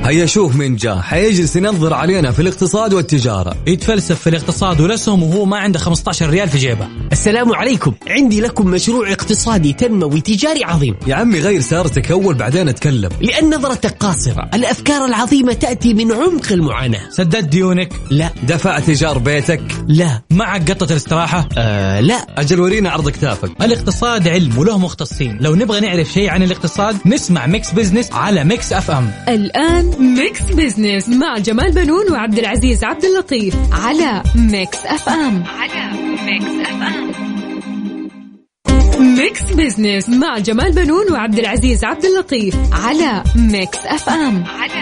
هيا شوف من جاء حيجلس ينظر علينا في الاقتصاد والتجارة، يتفلسف في الاقتصاد ولسهم وهو ما عنده 15 ريال في جيبه. السلام عليكم، عندي لكم مشروع اقتصادي تنموي تجاري عظيم. يا عمي غير سيارتك أول بعدين أتكلم. لأن نظرتك قاصرة، الأفكار العظيمة تأتي من عمق المعاناة. سددت ديونك؟ لا. دفعت إيجار بيتك؟ لا. معك قطة الاستراحة؟ لا. أجل ورينا عرض كتافك. الاقتصاد علم وله مختصين، لو نبغى نعرف شيء عن الاقتصاد نسمع ميكس بزنس على ميكس اف ام. الآن ميكس بزنس مع جمال بنون وعبد العزيز عبد اللطيف على ميكس اف ام. ميكس بزنس مع جمال بنون وعبد العزيز عبد اللطيف على ميكس اف ام.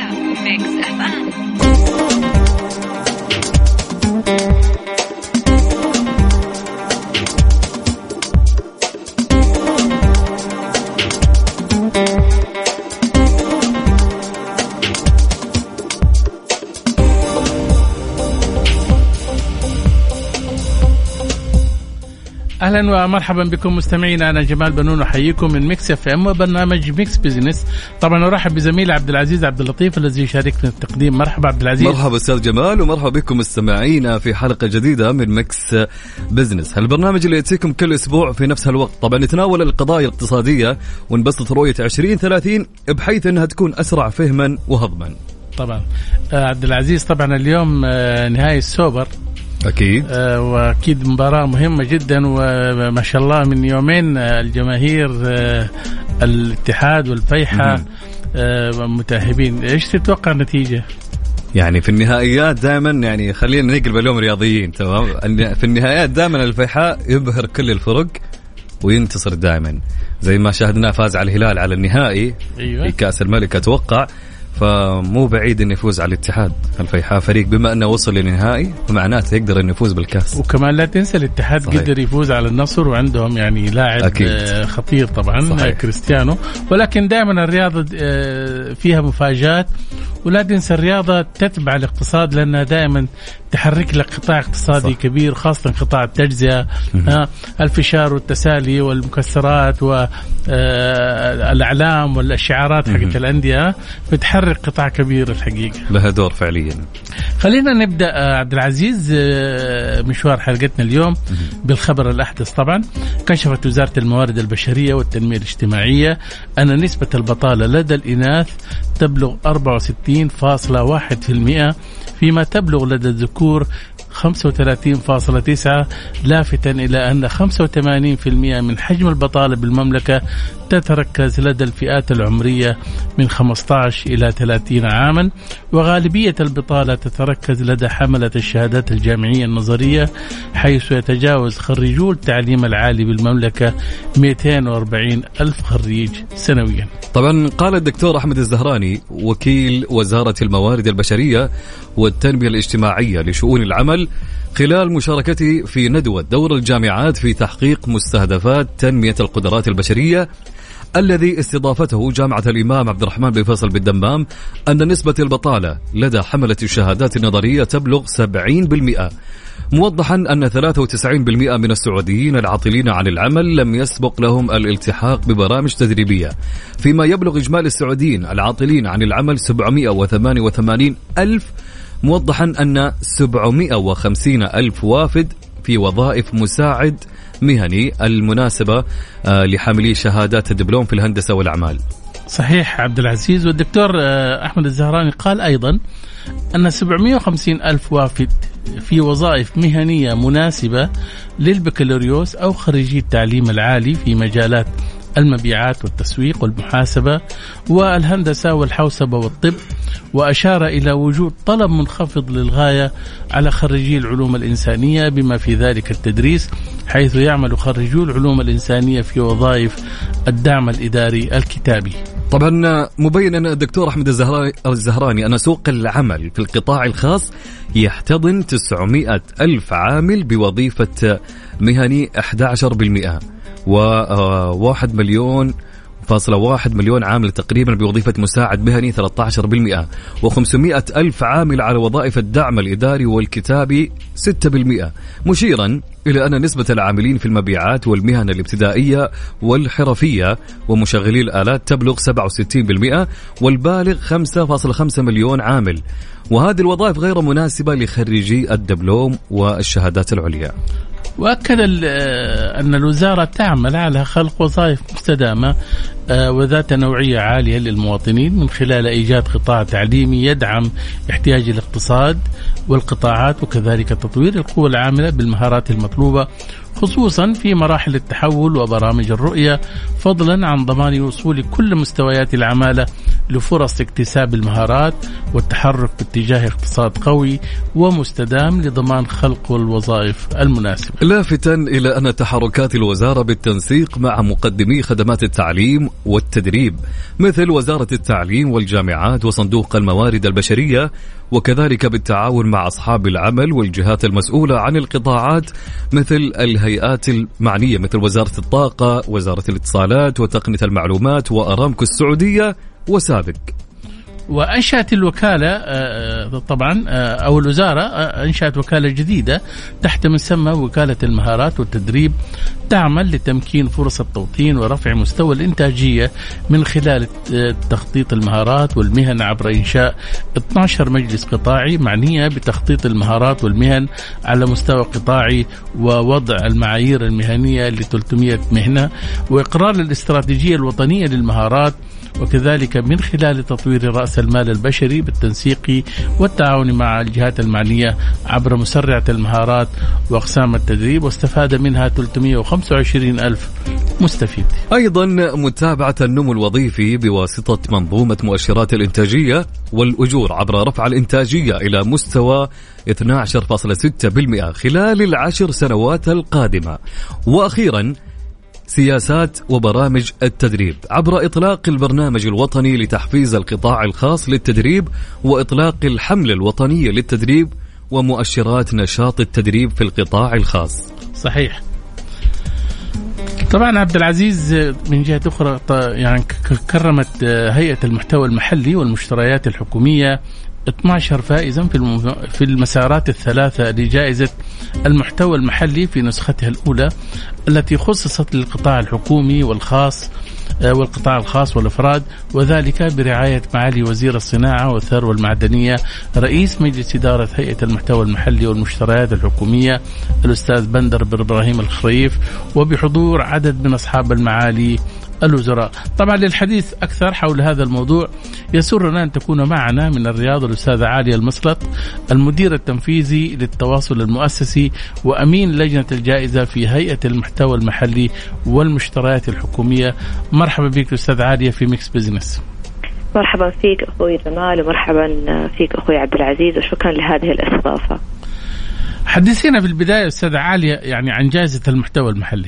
أهلا ومرحبا بكم مستمعينا، أنا جمال بنون أحييكم من ميكس اف ام وبرنامج ميكس بزنس. طبعا أرحب بزميل عبد العزيز عبد اللطيف الذي يشارك في التقديم. مرحبا عبد العزيز. مرحبا أستاذ جمال، ومرحبا بكم مستمعينا في حلقة جديدة من ميكس بزنس، هالبرنامج اللي يأتيكم كل أسبوع في نفس هالوقت. طبعا نتناول القضايا الاقتصادية ونبسط رؤية 2030 بحيث أنها تكون أسرع فهما وهضما. طبعا عبد العزيز، طبعا اليوم نهاية السوبر أكيد، وأكيد مباراة مهمة جدا، وما شاء الله من يومين الجماهير الاتحاد والفيحة متاهبين. إيش تتوقع النتيجة؟ يعني في النهائيات دائما، يعني خلينا نقلب اليوم رياضيين، تمام؟ في النهائيات دائما الفيحاء يبهر كل الفرق وينتصر دائما، زي ما شاهدنا فاز على الهلال على النهائي في كأس الملك أتوقع، فمو بعيد أن يفوز على الاتحاد. الفيحاء فريق بما أنه وصل للنهائي فمعناته يقدر أن يفوز بالكاس. وكمان لا تنسى الاتحاد صحيح. قدر يفوز على النصر، وعندهم يعني لاعب خطير طبعا صحيح. كريستيانو. ولكن دائما الرياضة فيها مفاجآت، ولا تنسى الرياضة تتبع الاقتصاد لأنها دائما تحرك لك قطاع اقتصادي صح. كبير، خاصة قطاع التجزئة، الفشار والتسالي والمكسرات والأعلام والشعارات حقت الأندية بتحرك قطاع كبير الحقيقة، لها دور فعليا. خلينا نبدأ عبد العزيز مشوار حلقتنا اليوم بالخبر الأحدث. طبعا كشفت وزارة الموارد البشرية والتنمية الاجتماعية أن نسبة البطالة لدى الإناث تبلغ 64.1%، فيما تبلغ لدى الذكور 35.9%، لافتا إلى أن 85% من حجم البطالة بالمملكة تتركز لدى الفئات العمرية من 15 إلى 30 عاما، وغالبية البطالة تتركز لدى حملة الشهادات الجامعية النظرية، حيث يتجاوز خريجو التعليم العالي بالمملكة 240 ألف خريج سنويا. طبعا قال الدكتور أحمد الزهراني وكيل وزارة الموارد البشرية والتنمية الاجتماعية لشؤون العمل خلال مشاركته في ندوة دور الجامعات في تحقيق مستهدفات تنمية القدرات البشرية الذي استضافته جامعة الإمام عبد الرحمن بن فيصل بالدمام، أن نسبة البطالة لدى حملة الشهادات النظرية تبلغ 70%، موضحا أن 93% من السعوديين العاطلين عن العمل لم يسبق لهم الالتحاق ببرامج تدريبية، فيما يبلغ إجمالي السعوديين العاطلين عن العمل 788 ألف، موضحا أن 750 ألف وافد في وظائف مساعد مهني المناسبة لحاملي شهادات الدبلوم في الهندسة والأعمال. صحيح عبد العزيز. والدكتور أحمد الزهراني قال أيضا أن 750 ألف وافد في وظائف مهنية مناسبة للبكالوريوس أو خريجي التعليم العالي في مجالات المبيعات والتسويق والمحاسبة والهندسة والحوسبة والطب، وأشار إلى وجود طلب منخفض للغاية على خريجي العلوم الإنسانية بما في ذلك التدريس، حيث يعمل خريجو العلوم الإنسانية في وظائف الدعم الإداري الكتابي. طبعا مبين أن الدكتور أحمد الزهراني أن سوق العمل في القطاع الخاص يحتضن 900 ألف عامل بوظيفة مهني 11%، و1 2.1 مليون عامل تقريبا بوظيفة مساعد مهني 13%، و500 ألف عامل على وظائف الدعم الإداري والكتابي 6%، مشيرا إلى أن نسبة العاملين في المبيعات والمهن الابتدائية والحرفية ومشغلي الآلات تبلغ 67%، والبالغ 5.5 مليون عامل، وهذه الوظائف غير مناسبة لخريجي الدبلوم والشهادات العليا. وأكد أن الوزارة تعمل على خلق وظائف مستدامة وذات نوعية عالية للمواطنين من خلال إيجاد قطاع تعليمي يدعم احتياج الاقتصاد والقطاعات، وكذلك تطوير القوى العاملة بالمهارات المطلوبة خصوصا في مراحل التحول وبرامج الرؤية، فضلا عن ضمان وصول كل مستويات العمالة لفرص اكتساب المهارات والتحرك باتجاه اقتصاد قوي ومستدام لضمان خلق الوظائف المناسبة. لافتا إلى أن تحركات الوزارة بالتنسيق مع مقدمي خدمات التعليم والتدريب مثل وزارة التعليم والجامعات وصندوق الموارد البشرية، وكذلك بالتعاون مع أصحاب العمل والجهات المسؤولة عن القطاعات مثل الهيئات المعنية مثل وزارة الطاقة، وزارة الاتصالات وتقنية المعلومات، وأرامكو السعودية وسابق. وأنشأت الوكالة طبعا أو الوزارة أنشأت وكالة جديدة تحت مسمى وكالة المهارات والتدريب، تعمل لتمكين فرص التوطين ورفع مستوى الإنتاجية من خلال تخطيط المهارات والمهن عبر إنشاء 12 مجلس قطاعي معنية بتخطيط المهارات والمهن على مستوى قطاعي، ووضع المعايير المهنية ل 300 مهنة، وإقرار الاستراتيجية الوطنية للمهارات، وكذلك من خلال تطوير رأس المال البشري بالتنسيق والتعاون مع الجهات المعنية عبر مسرعة المهارات وأقسام التدريب، واستفاد منها 325 ألف مستفيد. أيضا متابعة النمو الوظيفي بواسطة منظومة مؤشرات الإنتاجية والأجور عبر رفع الإنتاجية إلى مستوى 12.6% خلال ال10 سنوات القادمة. وأخيرا سياسات وبرامج التدريب عبر إطلاق البرنامج الوطني لتحفيز القطاع الخاص للتدريب، وإطلاق الحملة الوطنية للتدريب، ومؤشرات نشاط التدريب في القطاع الخاص. صحيح. طبعا عبد العزيز من جهة أخرى يعني كرمت هيئة المحتوى المحلي والمشتريات الحكومية 12 فائزا في المسارات الثلاثة لجائزة المحتوى المحلي في نسختها الأولى التي خصصت للقطاع الحكومي والقطاع الخاص والأفراد، وذلك برعاية معالي وزير الصناعة والثروة المعدنية رئيس مجلس إدارة هيئة المحتوى المحلي والمشتريات الحكومية الأستاذ بندر بن إبراهيم الخريف، وبحضور عدد من أصحاب المعالي الوزراء. طبعا للحديث أكثر حول هذا الموضوع يسرنا أن تكون معنا من الرياض الأستاذة عالية المسلط، المدير التنفيذي للتواصل المؤسسي وأمين لجنة الجائزة في هيئة المحتوى المحلي والمشتريات الحكومية. مرحبا بك أستاذ عالية في ميكس بزنس. مرحبا فيك أخوي جمال، ومرحبا فيك أخوي عبد العزيز، وشكرا لهذه الاستضافة. حدثينا في البداية أستاذ عالية يعني عن جائزة المحتوى المحلي.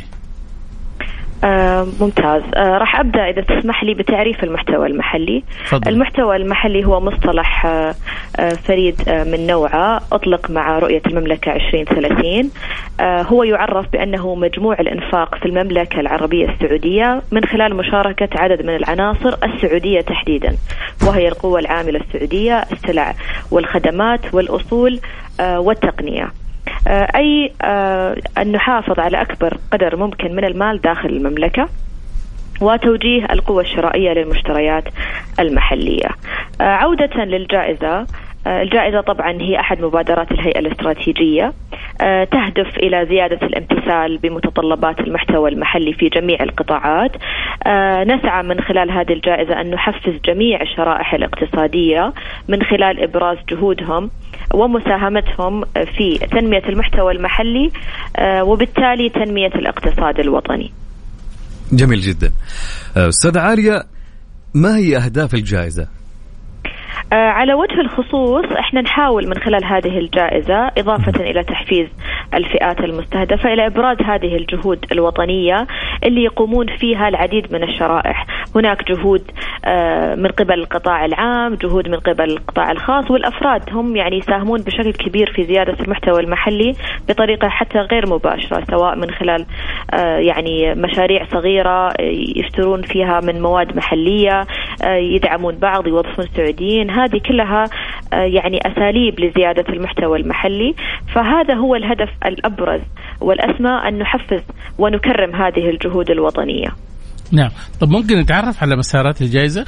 ممتاز. راح أبدأ إذا تسمح لي بتعريف المحتوى المحلي. فضل. المحتوى المحلي هو مصطلح فريد من نوعه، أطلق مع رؤية المملكة 2030. هو يعرف بأنه مجموع الإنفاق في المملكة العربية السعودية من خلال مشاركة عدد من العناصر السعودية تحديدا، وهي القوة العاملة السعودية، السلع والخدمات والأصول والتقنية، أي أن نحافظ على أكبر قدر ممكن من المال داخل المملكة، وتوجيه القوة الشرائية للمشتريات المحلية. عودة للجائزة، الجائزة طبعا هي أحد مبادرات الهيئة الاستراتيجية، تهدف إلى زيادة الامتثال بمتطلبات المحتوى المحلي في جميع القطاعات. نسعى من خلال هذه الجائزة أن نحفز جميع الشرائح الاقتصادية من خلال إبراز جهودهم ومساهمتهم في تنمية المحتوى المحلي، وبالتالي تنمية الاقتصاد الوطني. جميل جدا. أستاذ عالية، ما هي أهداف الجائزة؟ على وجه الخصوص احنا نحاول من خلال هذه الجائزة إضافة إلى تحفيز الفئات المستهدفة إلى إبراز هذه الجهود الوطنية اللي يقومون فيها العديد من الشرائح. هناك جهود من قبل القطاع العام، جهود من قبل القطاع الخاص، والأفراد هم يعني يساهمون بشكل كبير في زيادة المحتوى المحلي بطريقة حتى غير مباشرة، سواء من خلال يعني مشاريع صغيرة يشترون فيها من مواد محلية، يدعمون بعض، يوظفون سعوديين. هذه كلها يعني أساليب لزيادة المحتوى المحلي. فهذا هو الهدف الأبرز والأسمى، أن نحفز ونكرم هذه الجهود الوطنية. نعم. طب ممكن نتعرف على مسارات الجائزة؟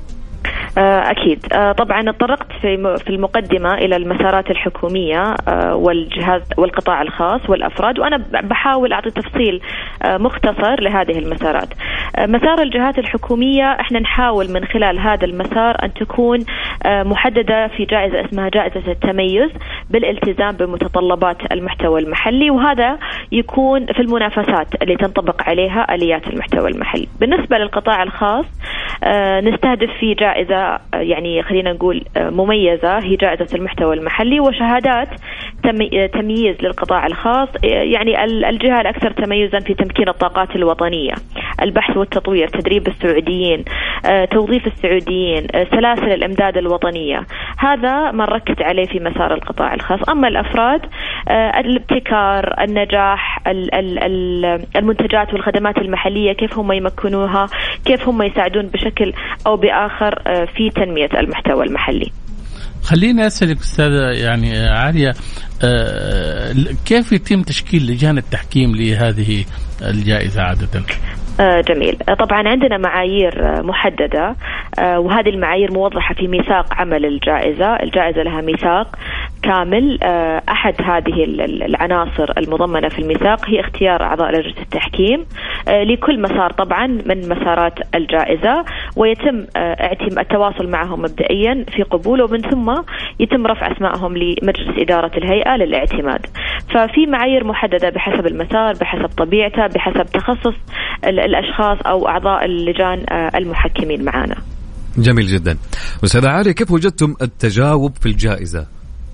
أكيد. طبعا اتطرقت في المقدمة إلى المسارات الحكومية والجهاز والقطاع الخاص والأفراد، وأنا بحاول أعطي تفصيل مختصر لهذه المسارات. مسار الجهات الحكومية احنا نحاول من خلال هذا المسار أن تكون محددة في جائزة اسمها جائزة التميز بالالتزام بمتطلبات المحتوى المحلي، وهذا يكون في المنافسات اللي تنطبق عليها آليات المحتوى المحلي. بالنسبة للقطاع الخاص نستهدف في جائزة يعني خلينا نقول مميزة، هي جائزة المحتوى المحلي وشهادات تمييز للقطاع الخاص، يعني الجهة الأكثر تميزا في تمكين الطاقات الوطنية، البحث والتطوير، تدريب السعوديين، توظيف السعوديين، سلاسل الإمداد الوطنية. هذا ما نركز عليه في مسار القطاع الخاص. أما الأفراد الابتكار، النجاح، المنتجات والخدمات المحلية، كيف هم يمكنوها، كيف هم يساعدون بشكل أو بآخر في تنمية المحتوى المحلي. خليني أسألك أستاذة يعني عالية، كيف يتم تشكيل لجان التحكيم لهذه الجائزة عادة؟ جميل. طبعا عندنا معايير محددة، وهذه المعايير موضحة في ميثاق عمل الجائزة. الجائزة لها ميثاق كامل. أحد هذه العناصر المضمنة في الميثاق هي اختيار أعضاء لجنة التحكيم لكل مسار طبعا من مسارات الجائزة، ويتم التواصل معهم مبدئيا في قبول، ومن ثم يتم رفع أسمائهم لمجلس إدارة الهيئة للاعتماد. ففي معايير محددة بحسب المسار، بحسب طبيعته، بحسب تخصص الأشخاص أو أعضاء اللجان المحكمين معنا. جميل جدا. أستاذة عالية، كيف وجدتم التجاوب في الجائزة؟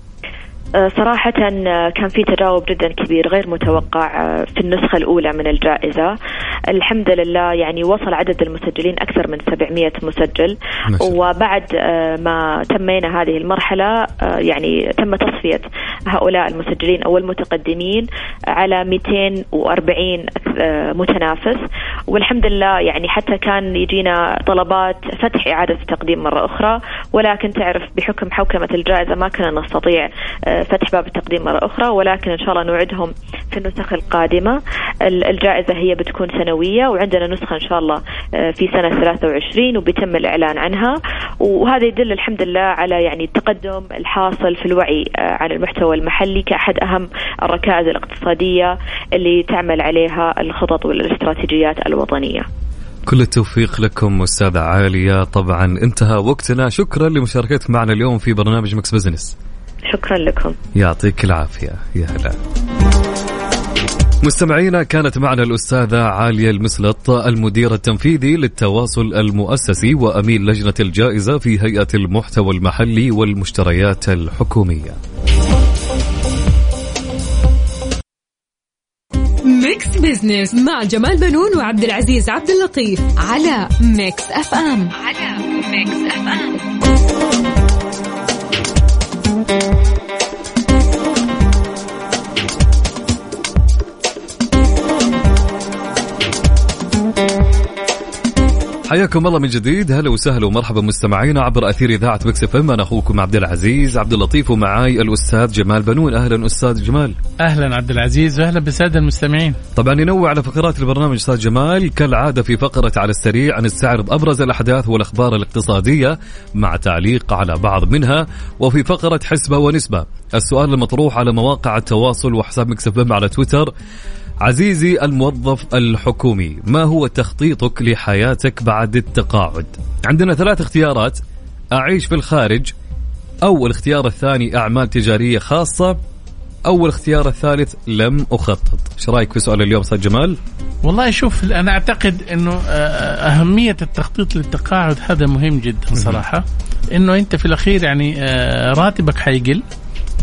صراحة كان في تجاوب جدا كبير غير متوقع في النسخة الأولى من الجائزة. الحمد لله يعني وصل عدد المسجلين أكثر من 700 مسجل، وبعد ما تمينا هذه المرحلة يعني تم تصفية هؤلاء المسجلين أو المتقدمين على 240 متنافس، والحمد لله يعني حتى كان يجينا طلبات فتح إعادة التقديم مرة أخرى، ولكن تعرف بحكم حوكمة الجائزة ما كنا نستطيع فتح باب التقديم مرة أخرى، ولكن إن شاء الله نوعدهم في النسخ القادمة. الجائزة هي بتكون سنوية، وعندنا نسخة إن شاء الله في سنة 23 وبيتم الإعلان عنها، وهذا يدل الحمد لله على يعني التقدم الحاصل في الوعي عن المحتوى المحلي كأحد أهم الركائز الاقتصادية اللي تعمل عليها الخطط والاستراتيجيات الوطنية. كل التوفيق لكم أستاذة عالية. طبعا انتهى وقتنا، شكرا لمشاركتك معنا اليوم في برنامج مكس بزنس. شكرا لكم، يعطيك العافية. يا هلا مستمعينا، كانت معنا الأستاذة عالية المسلط، المدير التنفيذي للتواصل المؤسسي وأمين لجنة الجائزة في هيئة المحتوى المحلي والمشتريات الحكومية. ميكس بزنس مع جمال بنون وعبد العزيز عبد اللطيف على ميكس اف ام. حياكم الله من جديد. هلا وسهلا ومرحبا مستمعينا عبر أثير إذاعة مكس اف ام. أنا أخوكم عبد العزيز عبد اللطيف، ومعاي الأستاذ جمال بنون. أهلا أستاذ جمال. أهلا عبد العزيز، وأهلا بالسادة المستمعين. طبعا ننوع على فقرات البرنامج أستاذ جمال كالعادة. في فقرة على السريع نستعرض أبرز الأحداث والأخبار الاقتصادية مع تعليق على بعض منها، وفي فقرة حسبة ونسبة السؤال المطروح على مواقع التواصل وحساب مكس اف ام على تويتر: عزيزي الموظف الحكومي، ما هو تخطيطك لحياتك بعد التقاعد؟ عندنا 3 اختيارات: أعيش في الخارج، أو الاختيار الثاني أعمال تجارية خاصة، أو الاختيار الثالث لم أخطط. ايش رايك في سؤال اليوم أستاذ جمال؟ والله شوف، أنا أعتقد أنه أهمية التخطيط للتقاعد هذا مهم جدا صراحة. أنه أنت في الأخير يعني راتبك حيقل،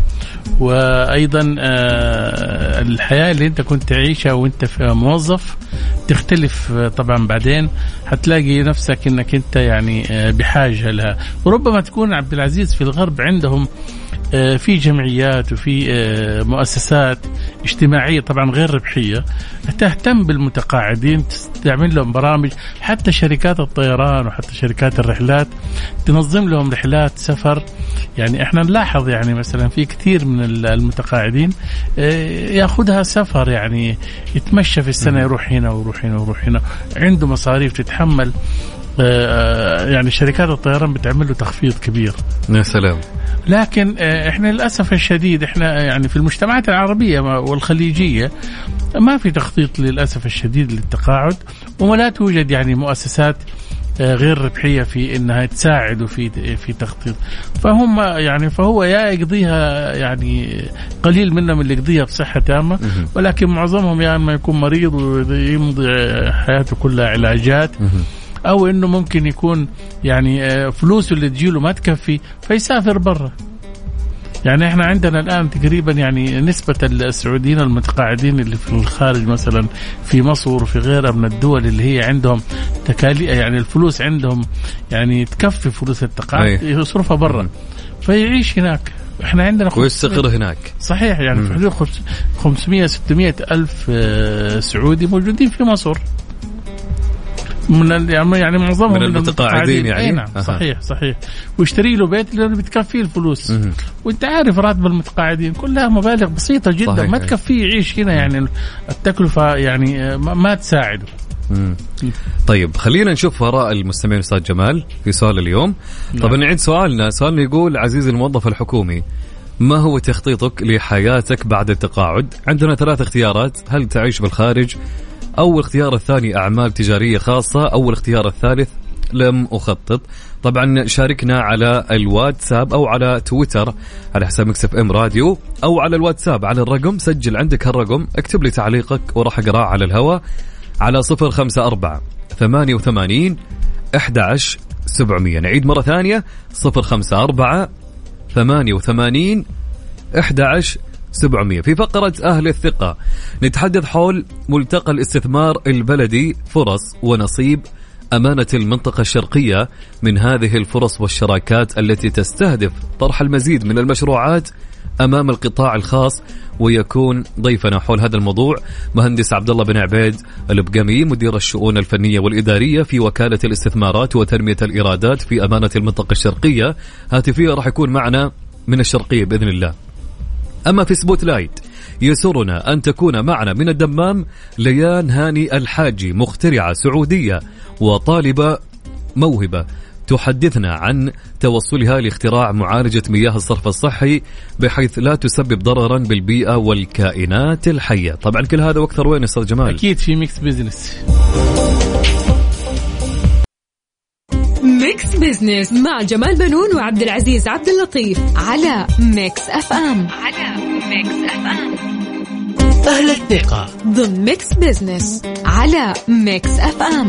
وأيضا الحياة اللي أنت كنت تعيشها وأنت في موظف تختلف طبعا. بعدين هتلاقي نفسك أنك أنت يعني بحاجة لها. وربما تكون عبد العزيز في الغرب عندهم في جمعيات وفي مؤسسات اجتماعية طبعا غير ربحية تهتم بالمتقاعدين، تعمل لهم برامج. حتى شركات الطيران وحتى شركات الرحلات تنظم لهم رحلات سفر. يعني احنا نلاحظ يعني مثلا في كثير من المتقاعدين ياخذها سفر، يعني يتمشى في السنة، يروح هنا ويروح هنا ويروح هنا، عنده مصاريف تتحمل. يعني شركات الطيران بتعمل له تخفيض كبير. يا سلام. لكن احنا للأسف الشديد احنا يعني في المجتمعات العربية والخليجية ما في تخطيط للأسف الشديد للتقاعد، ولا توجد يعني مؤسسات غير ربحية في انها تساعد في تخطيط. فهم يعني فهو يا يقضيها يعني قليل منهم اللي يقضيها بصحة تامة، ولكن معظمهم يا اما يكون مريض ويمضي حياته كلها علاجات، أو إنه ممكن يكون يعني فلوسه اللي تجيله ما تكفي فيسافر برا. يعني إحنا عندنا الآن تقريبا يعني نسبة السعوديين المتقاعدين اللي في الخارج مثلا في مصر وفي غيرها من الدول اللي هي عندهم تكاليف، يعني الفلوس عندهم يعني تكفي فلوس التقاعد يصرفها برا فيعيش هناك. احنا عندنا ويستقر هناك. صحيح. يعني في حدود 500-600 ألف سعودي موجودين في مصر، من يعني معظمهم من المتقاعدين يعني. نعم. صحيح. ويشتري له بيت لأنه بتكفيه الفلوس. وانت عارف راتب المتقاعدين كلها مبالغ بسيطة جدا. صحيح. ما تكفيه يعيش هنا، يعني التكلفة يعني ما تساعده. طيب خلينا نشوف آراء المستمعين. أستاذ جمال في سؤال اليوم. طبعا نعيد سؤالنا يقول: عزيزي الموظف الحكومي، ما هو تخطيطك لحياتك بعد التقاعد؟ عندنا 3 اختيارات: هل تعيش بالخارج، أو الاختيار الثاني أعمال تجارية خاصة، أو الاختيار الثالث لم أخطط. طبعا شاركنا على الواتساب أو على تويتر على حساب مكس اف ام راديو، أو على الواتساب على الرقم. سجل عندك هالرقم، اكتب لي تعليقك وراح أقرأ على الهواء على 054-88-11-700. نعيد مرة ثانية: 054-88-11-700. في فقرة أهل الثقة نتحدث حول ملتقى الاستثمار البلدي، فرص ونصيب أمانة المنطقة الشرقية من هذه الفرص والشراكات التي تستهدف طرح المزيد من المشروعات أمام القطاع الخاص. ويكون ضيفنا حول هذا الموضوع مهندس عبد الله بن عبيد البقمي، مدير الشؤون الفنية والإدارية في وكالة الاستثمارات وتنمية الإيرادات في أمانة المنطقة الشرقية. هاتفيا راح يكون معنا من الشرقية بإذن الله. أما في سبوت لايت يسرنا أن تكون معنا من الدمام ليان هاني الحاجي، مخترعة سعودية وطالبة موهبة، تحدثنا عن توصلها لاختراع معالجة مياه الصرف الصحي بحيث لا تسبب ضررا بالبيئة والكائنات الحية. طبعا كل هذا واكثر وين أستاذ جمال؟ أكيد في ميكس بيزنس. ميكس بيزنس مع جمال بنون وعبد العزيز عبد اللطيف على ميكس اف ام. أهل الثقة ضمن ميكس بيزنس على ميكس اف ام.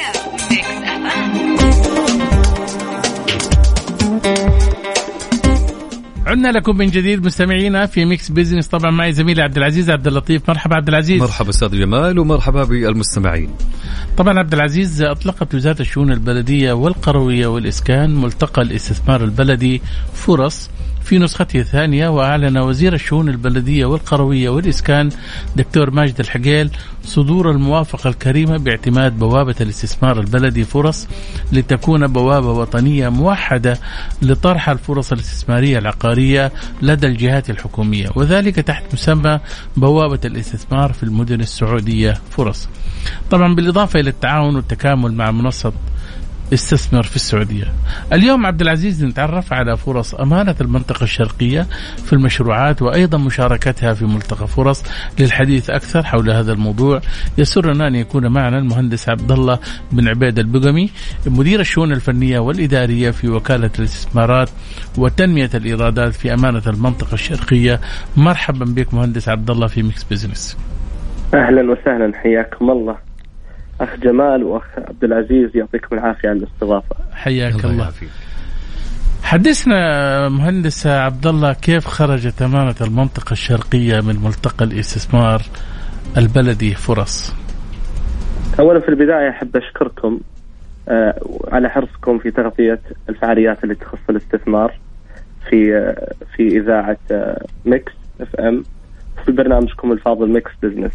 عدنا لكم من جديد مستمعينا في ميكس بيزنس. طبعا معي زميلي عبد العزيز عبد اللطيف. مرحبا عبد العزيز. مرحبا أستاذ جمال، ومرحبا بالمستمعين. طبعا عبد العزيز، أطلقت وزارة الشؤون البلدية والقروية والإسكان ملتقى الاستثمار البلدي فرص في نسخته الثانية، وأعلن وزير الشؤون البلدية والقروية والإسكان دكتور ماجد الحقيل صدور الموافقة الكريمة باعتماد بوابة الاستثمار البلدي فرص لتكون بوابة وطنية موحدة لطرح الفرص الاستثمارية العقارية لدى الجهات الحكومية، وذلك تحت مسمى بوابة الاستثمار في المدن السعودية فرص. طبعا بالإضافة إلى التعاون والتكامل مع منصة استثمر في السعودية. اليوم عبد العزيز نتعرف على فرص أمانة المنطقة الشرقية في المشروعات وأيضا مشاركتها في ملتقى فرص. للحديث أكثر حول هذا الموضوع يسرنا أن يكون معنا المهندس عبد الله بن عبيد البقمي، مدير الشؤون الفنية والإدارية في وكالة الاستثمارات وتنمية الإيرادات في أمانة المنطقة الشرقية. مرحبا بك مهندس عبد الله في ميكس بيزنس. أهلا وسهلا، حياكم الله أخ جمال وأخ عبد العزيز، يعطيكم العافية على الاستضافة. حياك الله. حدثنا مهندس عبد الله، كيف خرجت أمانة المنطقة الشرقية من ملتقى الاستثمار البلدي فرص؟ أولا في البداية أحب أشكركم على حرصكم في تغطية الفعاليات اللي تخص الاستثمار في إذاعة ميكس اف ام في برنامجكم الفاضل ميكس بزنس.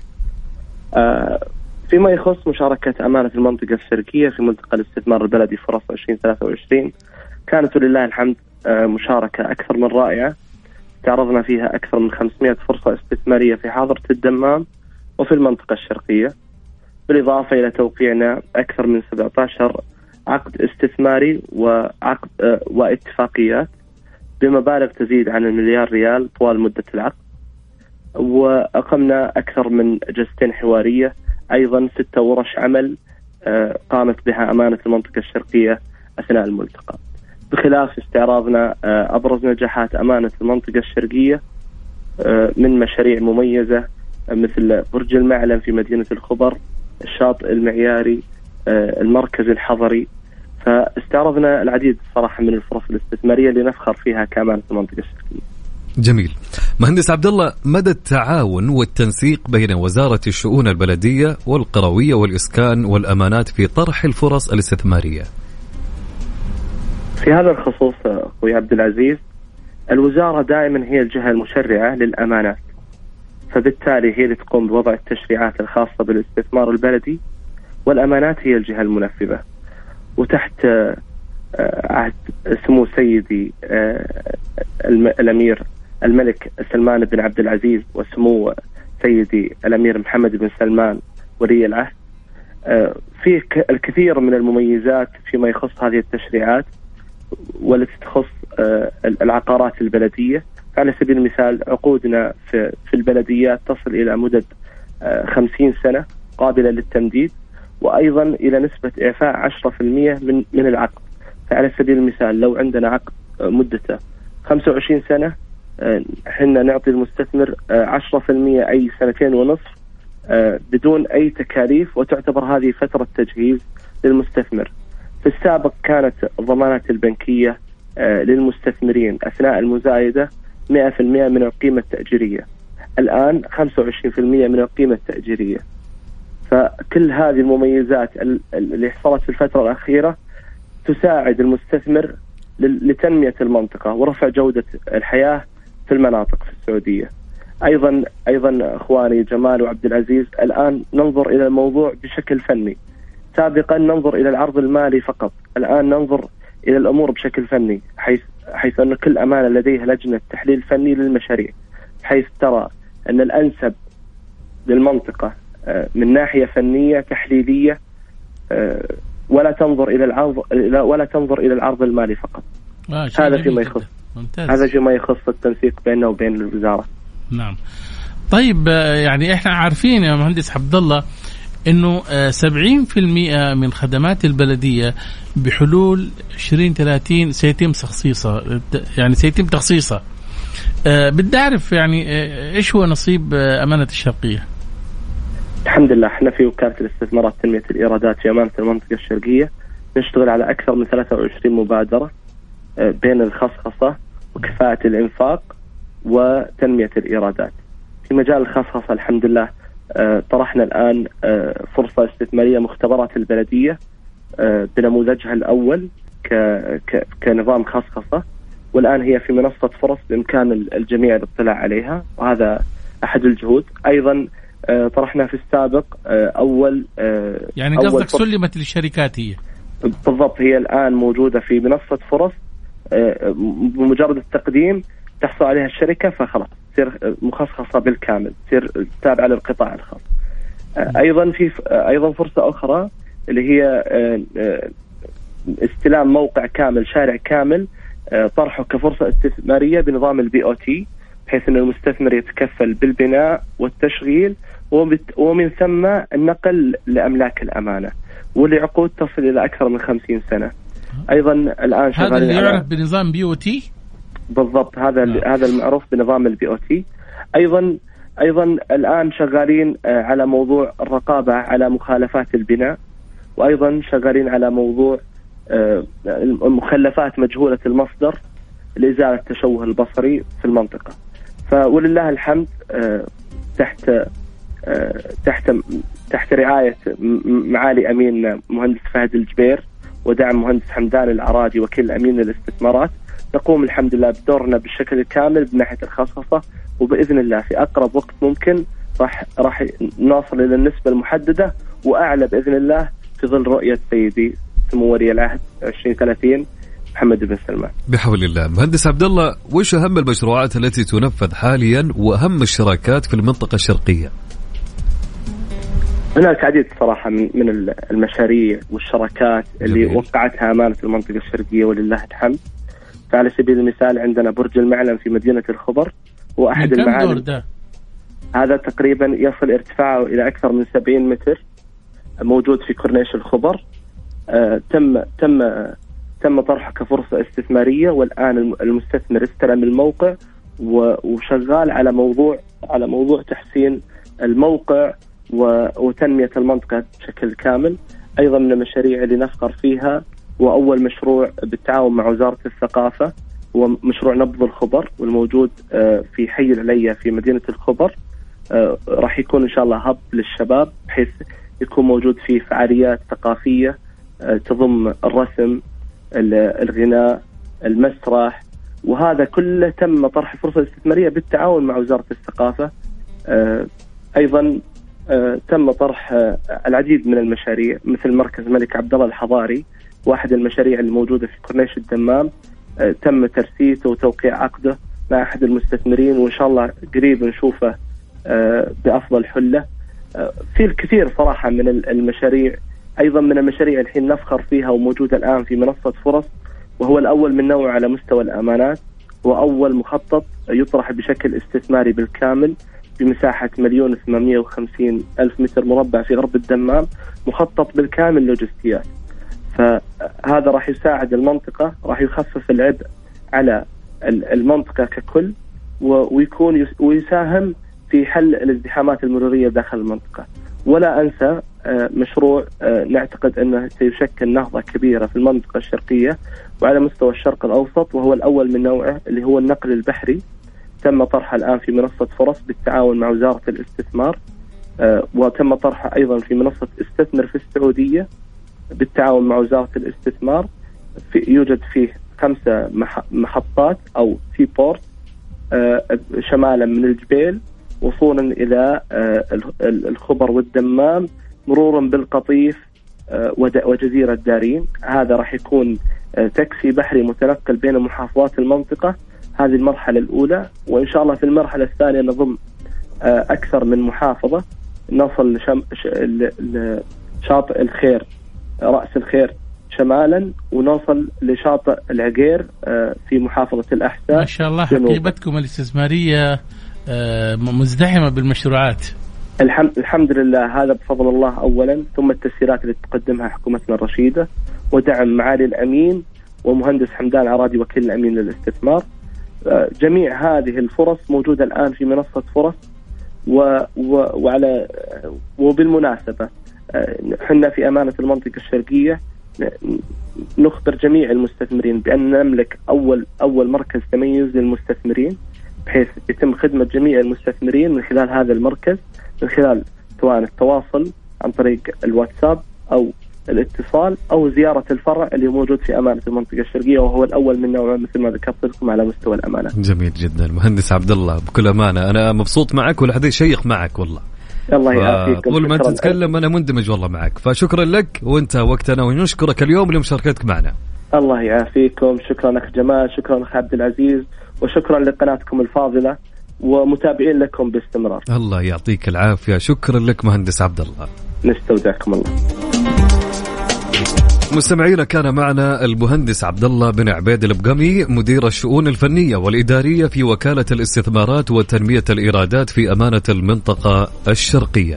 فيما يخص مشاركة أمانة المنطقة الشرقية في ملتقى الاستثمار البلدي فرص 2023، كانت ولله الحمد مشاركة أكثر من رائعة. تعرضنا فيها أكثر من 500 فرصة استثمارية في حاضرة الدمام وفي المنطقة الشرقية، بالإضافة إلى توقيعنا أكثر من 17 عقد استثماري وعقد واتفاقيات بمبالغ تزيد عن $1 مليار طوال مدة العقد. وأقمنا أكثر من جلستين حوارية، أيضا 6 ورش عمل قامت بها أمانة المنطقة الشرقية أثناء الملتقى. بخلاف استعراضنا أبرز نجاحات أمانة المنطقة الشرقية من مشاريع مميزة مثل برج المعلم في مدينة الخبر، الشاطئ المعياري، المركز الحضري. فاستعرضنا العديد صراحة من الفرص الاستثمارية اللي نفخر فيها كأمانة المنطقة الشرقية. جميل. مهندس عبد الله، مدى التعاون والتنسيق بين وزارة الشؤون البلدية والقروية والإسكان والأمانات في طرح الفرص الاستثمارية؟ في هذا الخصوص أخوي عبد العزيز، الوزارة دائما هي الجهة المشرعة للأمانات، فبالتالي هي اللي تقوم بوضع التشريعات الخاصة بالاستثمار البلدي، والأمانات هي الجهة المنفذة. وتحت عهد سمو سيدي الأمير الملك سلمان بن عبد العزيز وسمو سيدي الأمير محمد بن سلمان ولي العهد، فيه الكثير من المميزات فيما يخص هذه التشريعات والتي تخص العقارات البلدية. على سبيل المثال عقودنا في البلديات تصل إلى مدة 50 سنة قابلة للتمديد، وأيضا إلى نسبة إعفاء 10% من العقد. فعلى سبيل المثال لو عندنا عقد مدته 25 سنة، حنا نعطي المستثمر 10% أي 2.5 بدون أي تكاليف، وتعتبر هذه فترة تجهيز للمستثمر. في السابق كانت الضمانات البنكية للمستثمرين أثناء المزايدة 100% من القيمة التأجيرية، الآن 25% من القيمة التأجيرية. فكل هذه المميزات اللي حصلت في الفترة الأخيرة تساعد المستثمر لتنمية المنطقة ورفع جودة الحياة في المناطق في السعودية. أيضا أخواني جمال وعبد العزيز، الآن ننظر إلى الموضوع بشكل فني. سابقا ننظر إلى العرض المالي فقط، الآن ننظر إلى الأمور بشكل فني، حيث أن كل أمانة لديها لجنة تحليل فني للمشاريع، حيث ترى أن الأنسب للمنطقة من ناحية فنية تحليلية، ولا تنظر إلى العرض المالي فقط. هذا فيما يخص هذا فيما يخص التنسيق بيننا وبين الوزارة. نعم. طيب يعني احنا عارفين يا مهندس عبد الله انه 70% من خدمات البلدية بحلول 2030 سيتم تخصيصها. بدي أعرف يعني إيش هو نصيب أمانة الشرقية؟ الحمد لله احنا في وكالة الاستثمارات تنمية الإيرادات في أمانة المنطقة الشرقية نشتغل على أكثر من 23 مبادرة بين الخصخصة وكفاءة الإنفاق وتنمية الإيرادات. في مجال الخصخصة الحمد لله طرحنا الآن فرصة استثمارية مختبرات البلدية بنموذجها الأول كنظام خصخصة، والآن هي في منصة فرص بإمكان الجميع الاطلاع عليها، وهذا أحد الجهود. أيضا طرحنا في السابق يعني قصدك سلمت للشركات؟ هي بالضبط، هي الآن موجودة في منصة فرص، بمجرد التقديم تحصل عليها الشركة فخلاص تصير مخصصة بالكامل، تصير تابعة للقطاع الخاص. أيضا فرصة أخرى اللي هي استلام موقع كامل، شارع كامل، طرحه كفرصة استثمارية بنظام BOT، بحيث أن المستثمر يتكفل بالبناء والتشغيل ومن ثم النقل لأملاك الأمانة، واللي عقود تصل إلى أكثر من 50 سنة. أيضا الآن هذا اللي يعرف بنظام BOT بالضبط، هذا المعروف بنظام BOT. أيضا الآن شغالين على موضوع الرقابة على مخالفات البناء، وأيضا شغالين على موضوع المخلفات مجهولة المصدر لإزالة التشوه البصري في المنطقة. فولله الحمد تحت رعاية معالي أمين مهندس فهد الجبير ودعم مهندس حمدان العرادي وكيل أمين للاستثمارات، نقوم الحمد لله بدورنا بالشكل الكامل من ناحية الخصخصة، وبإذن الله في أقرب وقت ممكن راح نوصل إلى النسبة المحددة وأعلى بإذن الله في ظل رؤية سيدي سمو ولي العهد 2030 محمد بن سلمان. بحول الله. مهندس عبد الله، وش أهم المشروعات التي تنفذ حاليا وأهم الشراكات في المنطقة الشرقية؟ هناك عديد صراحة من المشاريع والشراكات اللي وقعتها أمانة المنطقة الشرقية ولله الحمد. فعلى سبيل المثال عندنا برج المعلم في مدينة الخبر، هو أحد المعالم. هذا تقريبا يصل ارتفاعه إلى أكثر من 70 متر، موجود في كورنيش الخبر. تم طرحه كفرصة استثمارية، والآن المستثمر استلم الموقع وشغال على موضوع تحسين الموقع وتنمية المنطقة بشكل كامل. أيضا من المشاريع اللي نفخر فيها وأول مشروع بالتعاون مع وزارة الثقافة هو مشروع نبض الخبر، والموجود في حي العليا في مدينة الخبر. راح يكون إن شاء الله هب للشباب، بحيث يكون موجود فيه فعاليات ثقافية تضم الرسم، الغناء، المسرح، وهذا كله تم طرح فرصة استثمارية بالتعاون مع وزارة الثقافة. أيضا تم طرح العديد من المشاريع مثل مركز الملك عبد الله الحضاري، واحد المشاريع الموجودة في كورنيش الدمام. تم ترسيته وتوقيع عقده مع أحد المستثمرين، وإن شاء الله قريب نشوفه بأفضل حلة. في الكثير صراحة من المشاريع. أيضا من المشاريع الحين نفخر فيها وموجودة الآن في منصة فرص، وهو الأول من نوعه على مستوى الأمانات، وأول مخطط يطرح بشكل استثماري بالكامل بمساحة 1,850,000 متر مربع في غرب الدمام، مخطط بالكامل لوجستيات. فهذا راح يساعد المنطقة، راح يخفف العبء على المنطقة ككل، ويساهم في حل الازدحامات المرورية داخل المنطقة. ولا أنسى مشروع نعتقد أنه سيشكل نهضة كبيرة في المنطقة الشرقية وعلى مستوى الشرق الأوسط، وهو الأول من نوعه اللي هو النقل البحري. تم طرحه الآن في منصة فرص بالتعاون مع وزارة الاستثمار، وتم طرحه أيضا في منصة استثمر في السعودية بالتعاون مع وزارة الاستثمار. يوجد فيه 5 محطات أو سي بورت شمالا من الجبيل، وصولا إلى الخبر والدمام، مرورا بالقطيف وجزيرة دارين. هذا راح يكون تاكسي بحري متنقل بين محافظات المنطقة. هذه المرحلة الأولى، وإن شاء الله في المرحلة الثانية نضم أكثر من محافظة، نصل لشاطئ الخير، رأس الخير شمالا، ونوصل لشاطئ العقير في محافظة الأحساء. ما شاء الله حقيبتكم الاستثمارية مزدحمة بالمشروعات. الحمد لله، هذا بفضل الله أولا، ثم التسهيلات اللي تقدمها حكومتنا الرشيدة ودعم معالي الأمين ومهندس حمدان العرادي وكيل الأمين للاستثمار. جميع هذه الفرص موجودة الآن في منصة فرص. وبالمناسبة حنا في أمانة المنطقة الشرقية نخبر جميع المستثمرين بأن نملك أول مركز تميز للمستثمرين، بحيث يتم خدمة جميع المستثمرين من خلال هذا المركز، من خلال سواء التواصل عن طريق الواتساب أو الاتصال أو زيارة الفرع اللي موجود في أمانة المنطقة الشرقية، وهو الأول من نوعه مثل ما ذكرت لكم على مستوى الأمانة. جميل جدا مهندس عبد الله، بكل أمانة أنا مبسوط معك والحديث شيق معك والله. الله يعافيك. طول ما أنت تتكلم أنا مندمج والله معك، فشكرا لك وأنت وقتنا، ونشكرك اليوم لمشاركتك معنا. الله يعافيكم. شكرا أخ جمال، شكرا أخ عبد العزيز، وشكرا لقناتكم الفاضلة ومتابعين لكم باستمرار. الله يعطيك العافية. شكرا لك مهندس عبد الله، نستودعكم الله. مستمعينا، كان معنا المهندس عبد الله بن عبيد البقمي، مدير الشؤون الفنية والإدارية في وكالة الاستثمارات وتنمية الإيرادات في أمانة المنطقة الشرقية.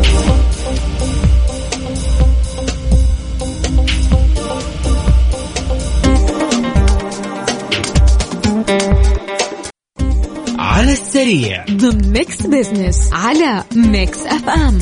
على السريع ضمن ميكس بيزنس على ميكس اف ام.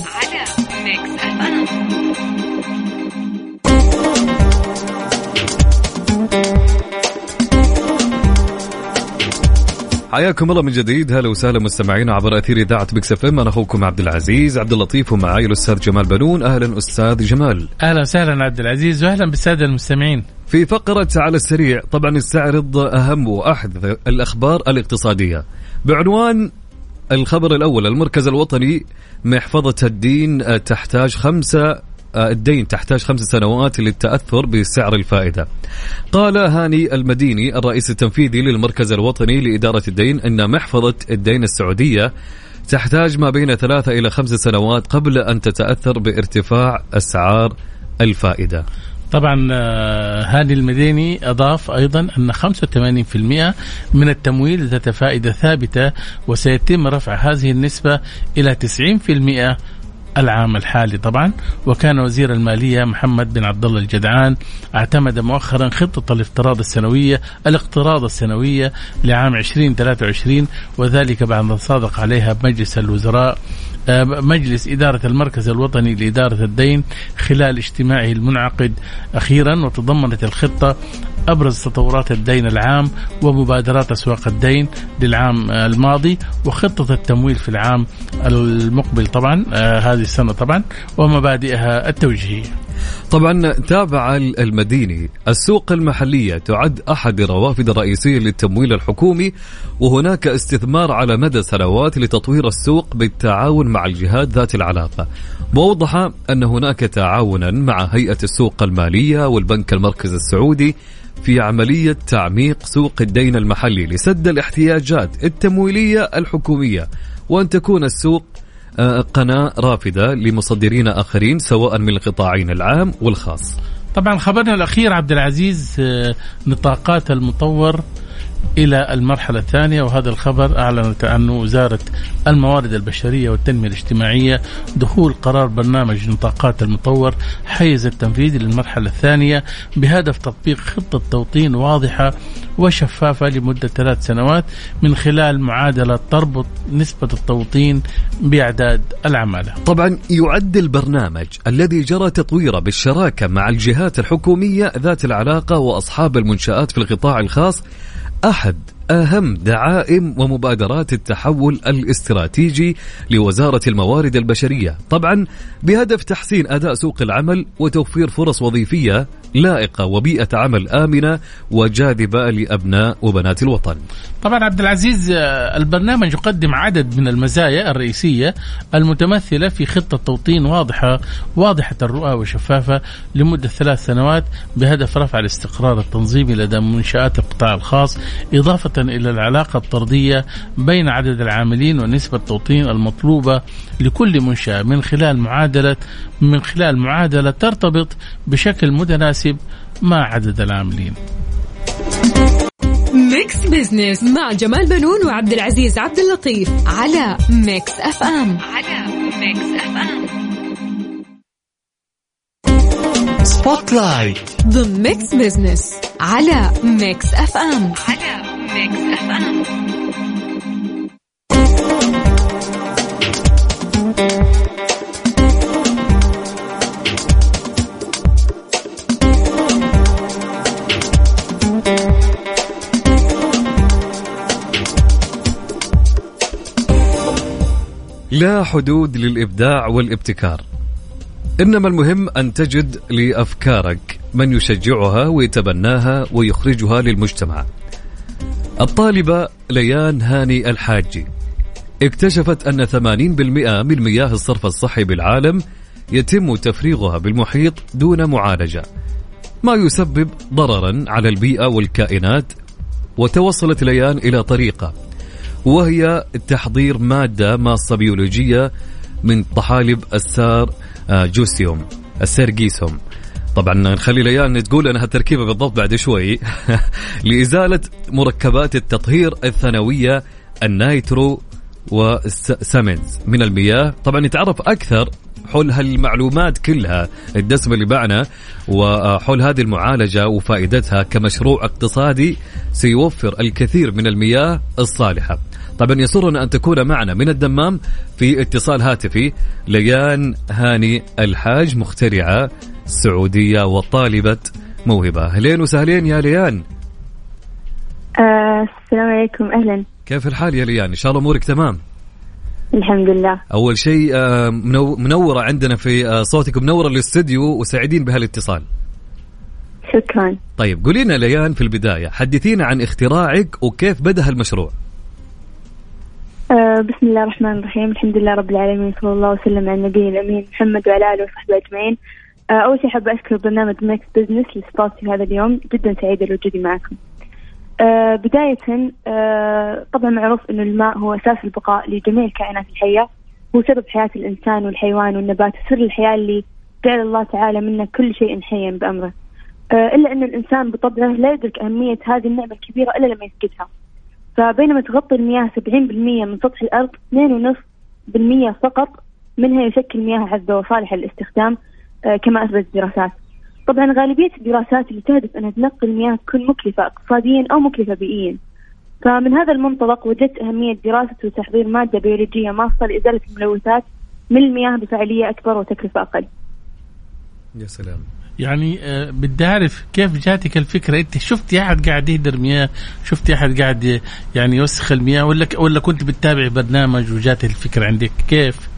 حياكم الله من جديد. هلا وسهلا مستمعين عبر أثير إذاعة ميكس اف ام. أنا أخوكم عبد العزيز عبد اللطيف ومعاي الأستاذ جمال بنون. أهلا أستاذ جمال. أهلا وسهلا عبد العزيز وأهلا بالسادة المستمعين. في فقرة على السريع طبعا نستعرض أهم وأحدث الأخبار الاقتصادية بعنوان الخبر الأول: المركز الوطني محفظة الدين تحتاج 5 سنوات للتأثر بسعر الفائدة. قال هاني المديني الرئيس التنفيذي للمركز الوطني لإدارة الدين أن محفظة الدين السعودية تحتاج ما بين 3 إلى 5 سنوات قبل أن تتأثر بارتفاع أسعار الفائدة. طبعا هاني المديني أضاف أيضا أن 85% من التمويل ذات فائدة ثابتة، وسيتم رفع هذه النسبة إلى 90% العام الحالي طبعا. وكان وزير المالية محمد بن عبد الله الجدعان اعتمد مؤخرا خطة الاقتراض السنوية لعام 2023، وذلك بعد أن صادق عليها مجلس الوزراء مجلس إدارة المركز الوطني لإدارة الدين خلال اجتماعه المنعقد أخيرا. وتضمنت الخطة أبرز تطورات الدين العام ومبادرات أسواق الدين للعام الماضي وخطة التمويل في العام المقبل طبعا هذه السنة طبعا ومبادئها التوجيهية. طبعا تابع المديني السوق المحلية تعد أحد الروافد الرئيسية للتمويل الحكومي، وهناك استثمار على مدى سنوات لتطوير السوق بالتعاون مع الجهات ذات العلاقة. ووضح أن هناك تعاونا مع هيئة السوق المالية والبنك المركزي السعودي في عملية تعميق سوق الدين المحلي لسد الاحتياجات التمويلية الحكومية، وأن تكون السوق قناة رافدة لمصدرين آخرين سواء من القطاعين العام والخاص. طبعا خبرنا الأخير عبد العزيز نطاقات المطور إلى المرحلة الثانية، وهذا الخبر أعلنت عنه وزارة الموارد البشرية والتنمية الاجتماعية دخول قرار برنامج نطاقات المطور حيز التنفيذ للمرحلة الثانية بهدف تطبيق خطة توطين واضحة وشفافة لمدة 3 سنوات من خلال معادلة تربط نسبة التوطين بأعداد العمالة. طبعا يعد البرنامج الذي جرى تطويره بالشراكة مع الجهات الحكومية ذات العلاقة وأصحاب المنشآت في القطاع الخاص أحد أهم دعائم ومبادرات التحول الاستراتيجي لوزارة الموارد البشرية، طبعا بهدف تحسين أداء سوق العمل وتوفير فرص وظيفية لائقة وبيئة عمل آمنة وجاذبة لأبناء وبنات الوطن. طبعا عبد العزيز البرنامج يقدم عدد من المزايا الرئيسية المتمثلة في خطة توطين واضحة الرؤى وشفافة لمدة 3 سنوات بهدف رفع الاستقرار التنظيمي لدى منشآت القطاع الخاص، إضافة إلى العلاقة الطردية بين عدد العاملين ونسبة التوطين المطلوبة لكل منشأة من خلال معادلة ترتبط بشكل متناسب مع عدد العاملين. ميكس بيزنس مع جمال بنون وعبد العزيز عبد اللطيف على ميكس اف ام. سبوت لايت ضمن ميكس بيزنس على ميكس اف ام. لا حدود للإبداع والابتكار، إنما المهم أن تجد لأفكارك من يشجعها ويتبناها ويخرجها للمجتمع. الطالبة ليان هاني الحاجي اكتشفت أن 80% من مياه الصرف الصحي بالعالم يتم تفريغها بالمحيط دون معالجة، ما يسبب ضررا على البيئة والكائنات. وتوصلت ليان إلى طريقة، وهي تحضير مادة ماصة بيولوجية من طحالب السيرجيسوم. طبعا نخلي ليان تقول أنها تركيبة بالضبط بعد شوي لإزالة مركبات التطهير الثانوية النايترو والسامنز من المياه. طبعا نتعرف أكثر حول هالمعلومات كلها الدسمة اللي معنا وحول هذه المعالجة وفائدتها كمشروع اقتصادي سيوفر الكثير من المياه الصالحة. طبعا يسرنا أن تكون معنا من الدمام في اتصال هاتفي ليان هاني الحاج، مخترعة سعودية وطالبة موهبة. أهلين وسهلين يا ليان. السلام عليكم. أهلا. كيف الحال يا ليان؟ إن شاء الله أمورك تمام. الحمد لله. أول شيء منورة عندنا في صوتك، منورة الاستوديو، وسعيدين بهالاتصال. شكرا. طيب قولي لنا ليان في البداية، حدثينا عن اختراعك وكيف بدأ هالمشروع. بسم الله الرحمن الرحيم، الحمد لله رب العالمين، صلى الله وسلم على النبي الأمين محمد وعلى آله وصحبه أجمعين. أول شيء حابة أشكر برنامج ميكس بزنس لاستضافتي هذا اليوم، جدا سعيدة لوجودي معكم. بداية طبعا معروف أنه الماء هو أساس البقاء لجميع الكائنات الحية، هو سبب حياة الإنسان والحيوان والنبات، سر الحياة اللي جعل الله تعالى منا كل شيء حي بأمره. إلا أن الإنسان بطبعه لا يدرك أهمية هذه النعمة الكبيرة إلا لما يفقدها. فبينما تغطي المياه 70% من سطح الأرض، 2.5% فقط منها يشكل مياه عذبة وصالحة للاستخدام كما أثبتت الدراسات. طبعا غالبية الدراسات اللي تهدف أنها تنقي المياه تكون مكلفة اقتصاديا أو مكلفة بيئيا. فمن هذا المنطلق وجدت أهمية دراسة وتحضير مادة بيولوجية ماصة لإزالة الملوثات من المياه بفعالية أكبر وتكلفة أقل. يا سلام. يعني بدي أعرف كيف جاتك الفكرة؟ أنت شفتي أحد قاعد يهدر مياه، شفتي أحد قاعد يعني يوسخ المياه، ولا كنت بتتابع برنامج وجات الفكرة عندك؟ كيف؟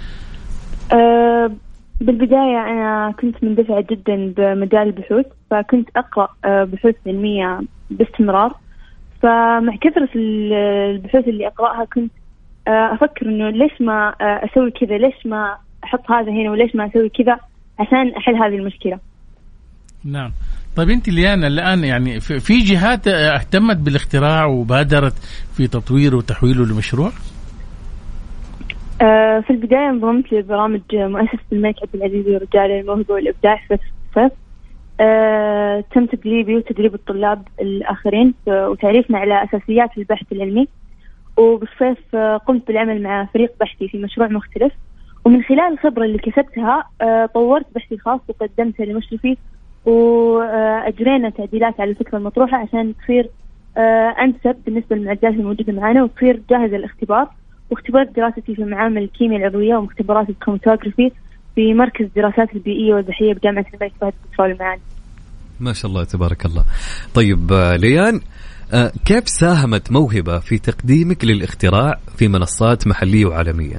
بالبداية أنا كنت مندفعة جدا بمجال البحوث، فكنت أقرأ بحوث علمية باستمرار. فمع كثرة البحوث اللي أقرأها كنت أفكر إنه ليش ما أسوي كذا، ليش ما أحط هذا هنا، وليش ما أسوي كذا عشان أحل هذه المشكلة. نعم. طيب أنت ليان الآن يعني في جهات اهتمت بالاختراع وبادرت في تطويره وتحويله لمشروع؟ في البداية انضمت لبرامج مؤسسة الملك عبد العزيز ورجال الموهبة والإبداع في الصيف. تم تدريبي وتدريب الطلاب الآخرين وتعريفنا على أساسيات البحث العلمي. وبالصيف قمت بالعمل مع فريق بحثي في مشروع مختلف، ومن خلال الخبرة اللي كسبتها طورت بحثي الخاص وقدمته لمشرفي، وأجرينا تعديلات على الفكرة المطروحة عشان تصير أنسب بالنسبة للمعدات الموجودة معنا وتصير جاهزة للاختبار. واختبرت دراستي في معامل الكيمياء العضوية ومختبرات الكروماتوغرافي في مركز الدراسات البيئية والبحرية بجامعة الملك فهد للبترول والمعادن. ما شاء الله تبارك الله. طيب ليان، كيف ساهمت موهبة في تقديمك للاختراع في منصات محلية وعالمية؟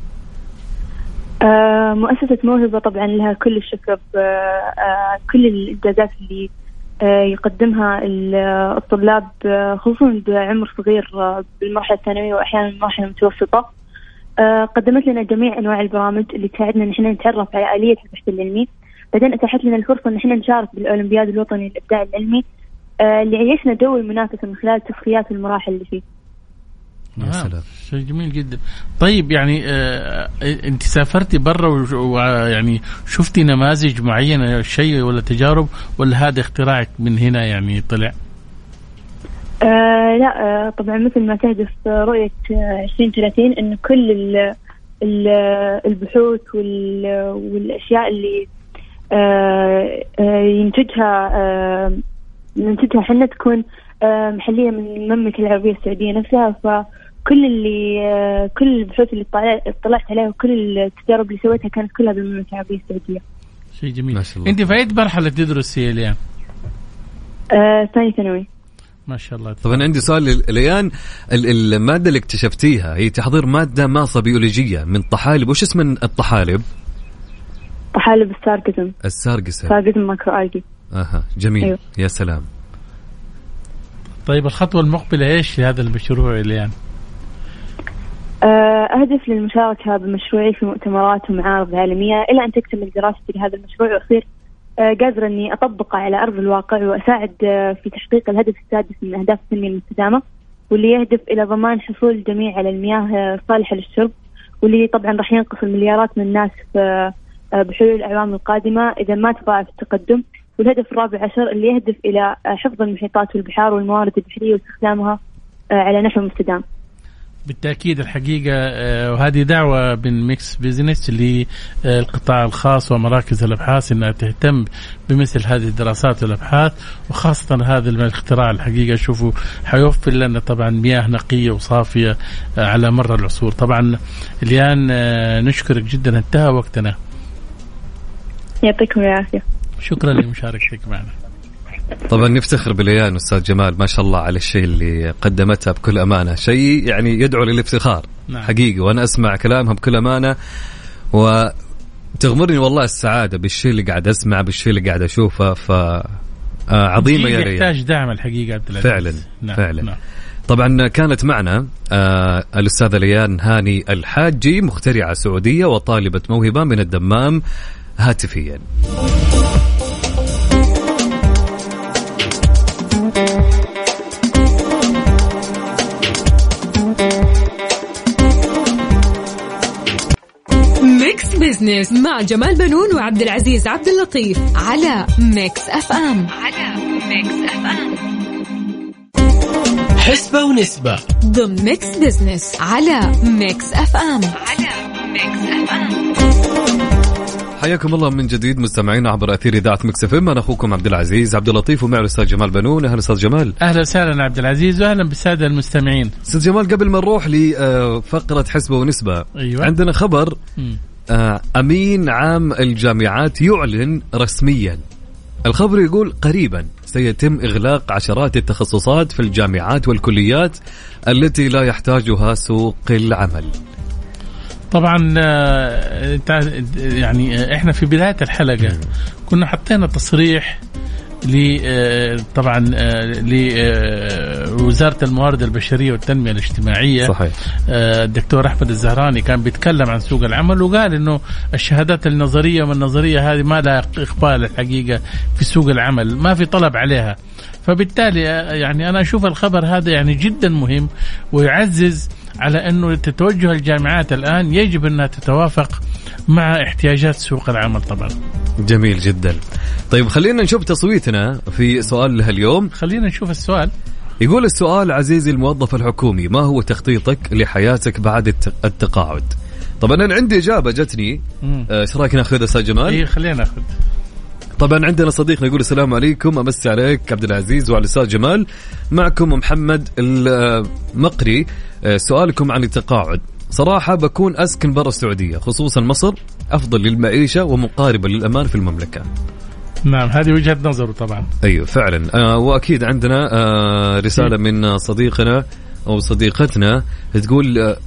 مؤسسة موهبة طبعا لها كل الشكر كل الإنجازات اللي يقدمها الطلاب، خصوصا بعمر صغير بالمرحلة الثانوية وأحيانا المرحلة المتوسطة. قدمت لنا جميع أنواع البرامج اللي تساعدنا أن احنا نتعرف على آلية البحث العلمي. بعدين أتاحت لنا الفرصة أن احنا نشارك بالأولمبياد الوطني للإبداع العلمي اللي عيشنا جو المنافسة من خلال التصفيات والمراحل اللي فيه. شيء جميل جدا. طيب يعني انت سافرتي برا ويعني شفتي نماذج معينة شيء ولا تجارب، ولا هذا اختراعك من هنا يعني طلع؟ لا طبعا مثل ما تهدف رؤية 2030 إن كل البحوث والأشياء اللي ننتجها حنا تكون محلية من المملكة العربية السعودية نفسها. فكل البحوث اللي اطلعت عليها وكل التجارب اللي سويتها كانت كلها بالمملكة العربية السعودية. شيء جميل. انت في اي مرحلة تدرسي اليوم؟ ثاني ثانوي. ما شاء الله. طبعا عندي سؤال ليان، المادة اللي اكتشفتيها هي تحضير مادة ماصة بيولوجية من طحالب، وش اسم الطحالب؟ طحالب السارقسم ماكرو آلجي. جميل. أيوه. يا سلام. طيب الخطوة المقبلة ايش لهذا المشروع اليوم؟ أهدف للمشاركة بمشروعي في مؤتمرات ومعارض عالمية إلى أن تكتمل دراستي لهذا المشروع وأصير قادرة أني أطبقه على أرض الواقع وأساعد في تحقيق الهدف السادس من أهداف التنمية المستدامة، واللي يهدف إلى ضمان حصول الجميع على المياه الصالحة للشرب، واللي طبعا راح ينقص المليارات من الناس بحلول الأعوام القادمة إذا ما تضاعف التقدم. والهدف الرابع عشر اللي يهدف إلى حفظ المحيطات والبحار والموارد البحرية واستخدامها على نحو مستدام. بالتأكيد الحقيقة، وهذه دعوة من ميكس بيزنس للقطاع الخاص ومراكز الأبحاث أنها تهتم بمثل هذه الدراسات والأبحاث، وخاصة هذا الاختراع الحقيقة شوفوا حيوفر لنا طبعا مياه نقية وصافية على مر العصور. طبعا اليان نشكرك جدا، انتهى وقتنا. يعطيكم العافية. شكرا لمشاركتك معنا. طبعا نفتخر بليان أستاذ جمال، ما شاء الله على الشيء اللي قدمتها بكل أمانة، شيء يعني يدعو للافتخار. نعم. حقيقي وأنا أسمع كلامها بكل أمانة وتغمرني والله السعادة بالشيء اللي قاعد أسمع، بالشيء اللي قاعد أشوفه. عظيمة يا ريان، يحتاج دعم الحقيقة فعلا. نعم. فعلا. نعم. طبعا كانت معنا الأستاذة ليان هاني الحاجي، مخترعة سعودية وطالبة موهبة من الدمام هاتفيا. ميكس بزنس مع جمال بنون وعبد العزيز عبد اللطيف على ميكس اف ام. حسبة ونسبة ضمن ميكس بزنس على ميكس اف ام. حياكم الله من جديد مستمعين عبر أثير إذاعة ميكس اف ام. أنا أخوكم عبد العزيز عبد اللطيف ومع الأستاذ جمال بنون. أهلا أستاذ جمال. أهلا وسهلا عبد العزيز وأهلا بالسادة المستمعين. أستاذ جمال قبل ما نروح لفقرة حسبة ونسبة، أيوة. عندنا خبر. أمين عام الجامعات يعلن رسميا، الخبر يقول قريبا سيتم إغلاق عشرات التخصصات في الجامعات والكليات التي لا يحتاجها سوق العمل. طبعا يعني احنا في بداية الحلقة كنا حطينا تصريح طبعا لوزارة الموارد البشرية والتنمية الاجتماعية. صحيح. الدكتور أحمد الزهراني كان بيتكلم عن سوق العمل وقال إنه الشهادات النظرية والنظرية هذه ما لها إقبال الحقيقة في سوق العمل، ما في طلب عليها. فبالتالي يعني أنا أشوف الخبر هذا يعني جدا مهم ويعزز على أنه تتوجه الجامعات الآن يجب أنها تتوافق مع احتياجات سوق العمل. طبعا جميل جدا. طيب خلينا نشوف تصويتنا في سؤال اليوم. خلينا نشوف السؤال. يقول السؤال: عزيزي الموظف الحكومي، ما هو تخطيطك لحياتك بعد التقاعد؟ طبعا أنا عندي إجابة جتني، ايش رايك ناخذها أستاذ جمال؟ إيه خلينا ناخذ. طبعا عندنا صديقنا يقول: السلام عليكم، أمسي عليك عبد العزيز وعلى الأستاذ جمال، معكم محمد المقري. سؤالكم عن التقاعد. صراحة بكون أسكن برا السعودية، خصوصا مصر أفضل للمعيشة ومقاربة للأمان في المملكة. نعم هذه وجهة نظره طبعا. أيوة فعلا. وأكيد عندنا رسالة من صديقنا أو صديقتنا تقول: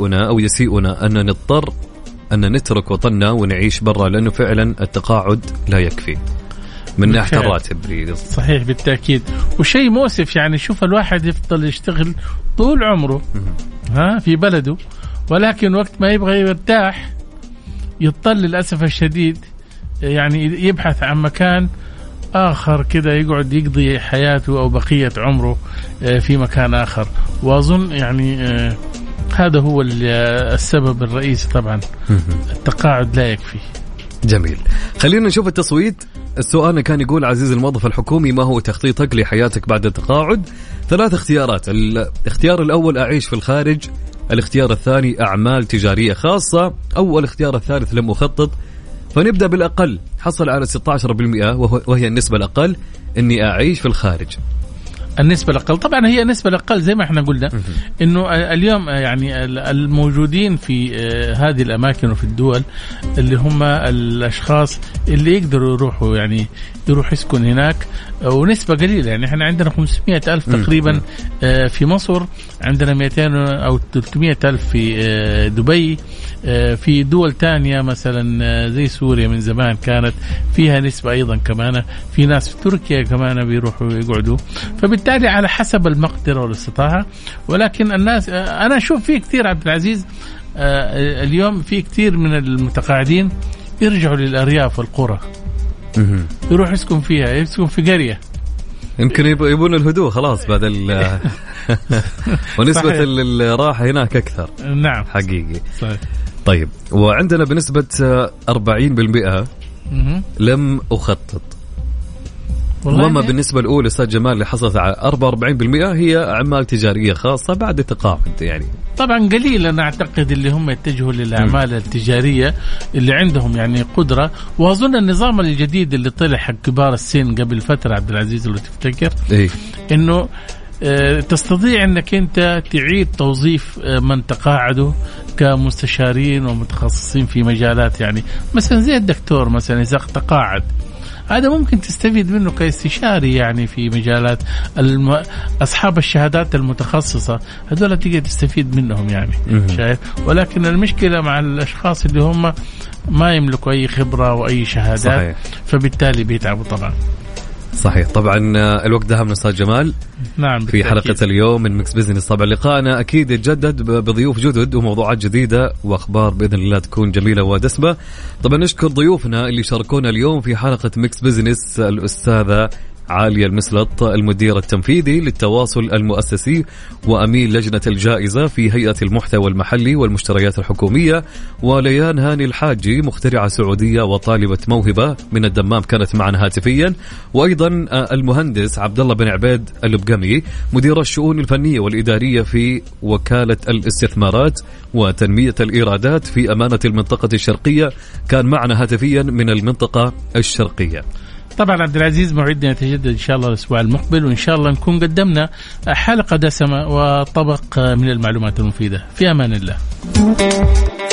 يسيئنا أن نضطر أن نترك وطننا ونعيش برا، لأنه فعلا التقاعد لا يكفي من ناحية الراتب. صحيح بالتأكيد، وشيء مؤسف. يعني شوف الواحد يفضل يشتغل طول عمره في بلده، ولكن وقت ما يبغى يرتاح يضطر للأسف الشديد يعني يبحث عن مكان آخر كده يقعد يقضي حياته أو بقية عمره في مكان آخر. وأظن يعني هذا هو السبب الرئيسي. طبعا التقاعد لا يكفي. جميل. خلينا نشوف التصويت. السؤال كان يقول: عزيزي الموظف الحكومي، ما هو تخطيطك لحياتك بعد التقاعد؟ 3 اختيارات. الاختيار الأول: أعيش في الخارج. الاختيار الثاني: أعمال تجارية خاصة. أو الاختيار الثالث: لم أخطط. فنبدأ بالأقل، حصل على 16% وهي النسبة الأقل، إني أعيش في الخارج. النسبة الأقل طبعا هي النسبة الأقل زي ما احنا قلنا، إنه اليوم يعني الموجودين في هذه الأماكن وفي الدول اللي هم الأشخاص اللي يقدروا يروحوا يعني يروح يسكن هناك، ونسبة قليلة. يعني احنا عندنا 500 ألف تقريبا في مصر، عندنا 200 أو 300 ألف في دبي. في دول تانية مثلا زي سوريا من زمان كانت فيها نسبة أيضا كمان، في ناس في تركيا كمان بيروحوا يقعدوا. فبالتالي على حسب المقدرة والاستطاعة. ولكن الناس أنا أشوف فيه كثير عبد العزيز اليوم في كثير من المتقاعدين يرجعوا للأرياف والقرى، يروح يسكن فيها، يسكن في قرية، يمكن يبون الهدوء خلاص بعد ونسبة الراحة هناك أكثر. نعم حقيقي. صحيح. طيب وعندنا بنسبة 40% لم أخطط. وما بالنسبة الأولى أستاذ جمال اللي حصلت على 44% هي أعمال تجارية خاصة بعد التقاعد. يعني طبعا قليل أنا أعتقد اللي هم يتجهوا للأعمال التجارية اللي عندهم يعني قدرة. وأظن النظام الجديد اللي طلع حق كبار السن قبل فترة عبد العزيز لو تفتكر إنه تستطيع أنك أنت تعيد توظيف من تقاعدوا كمستشارين ومتخصصين في مجالات، يعني مثلا زي الدكتور مثلا إذا تقاعد هذا ممكن تستفيد منه كاستشاري يعني في مجالات أصحاب الشهادات المتخصصة، هذول تيجي تستفيد منهم يعني شايف. ولكن المشكلة مع الأشخاص اللي هم ما يملكوا أي خبرة وأي شهادات. صحيح. فبالتالي بيتعبوا طبعا. صحيح. طبعا الوقت ذهب من أستاذ جمال. نعم. في حلقة اليوم من ميكس بزنس. طبعا لقاءنا أكيد يتجدد بضيوف جدد وموضوعات جديدة وأخبار بإذن الله تكون جميلة ودسمة. طبعا نشكر ضيوفنا اللي شاركونا اليوم في حلقة ميكس بزنس، الأستاذة عالية المسلط المدير التنفيذي للتواصل المؤسسي وأمين لجنة الجائزة في هيئة المحتوى المحلي والمشتريات الحكومية، وليان هاني الحاجي مخترعة سعودية وطالبة موهبة من الدمام كانت معنا هاتفيا، وأيضا المهندس عبد الله بن عبيد البقمي مدير الشؤون الفنية والإدارية في وكالة الاستثمارات وتنمية الإيرادات في أمانة المنطقة الشرقية، كان معنا هاتفيا من المنطقة الشرقية. طبعا عبد العزيز موعدنا يتجدد إن شاء الله الأسبوع المقبل، وإن شاء الله نكون قدمنا حلقة دسمة وطبق من المعلومات المفيدة. في أمان الله.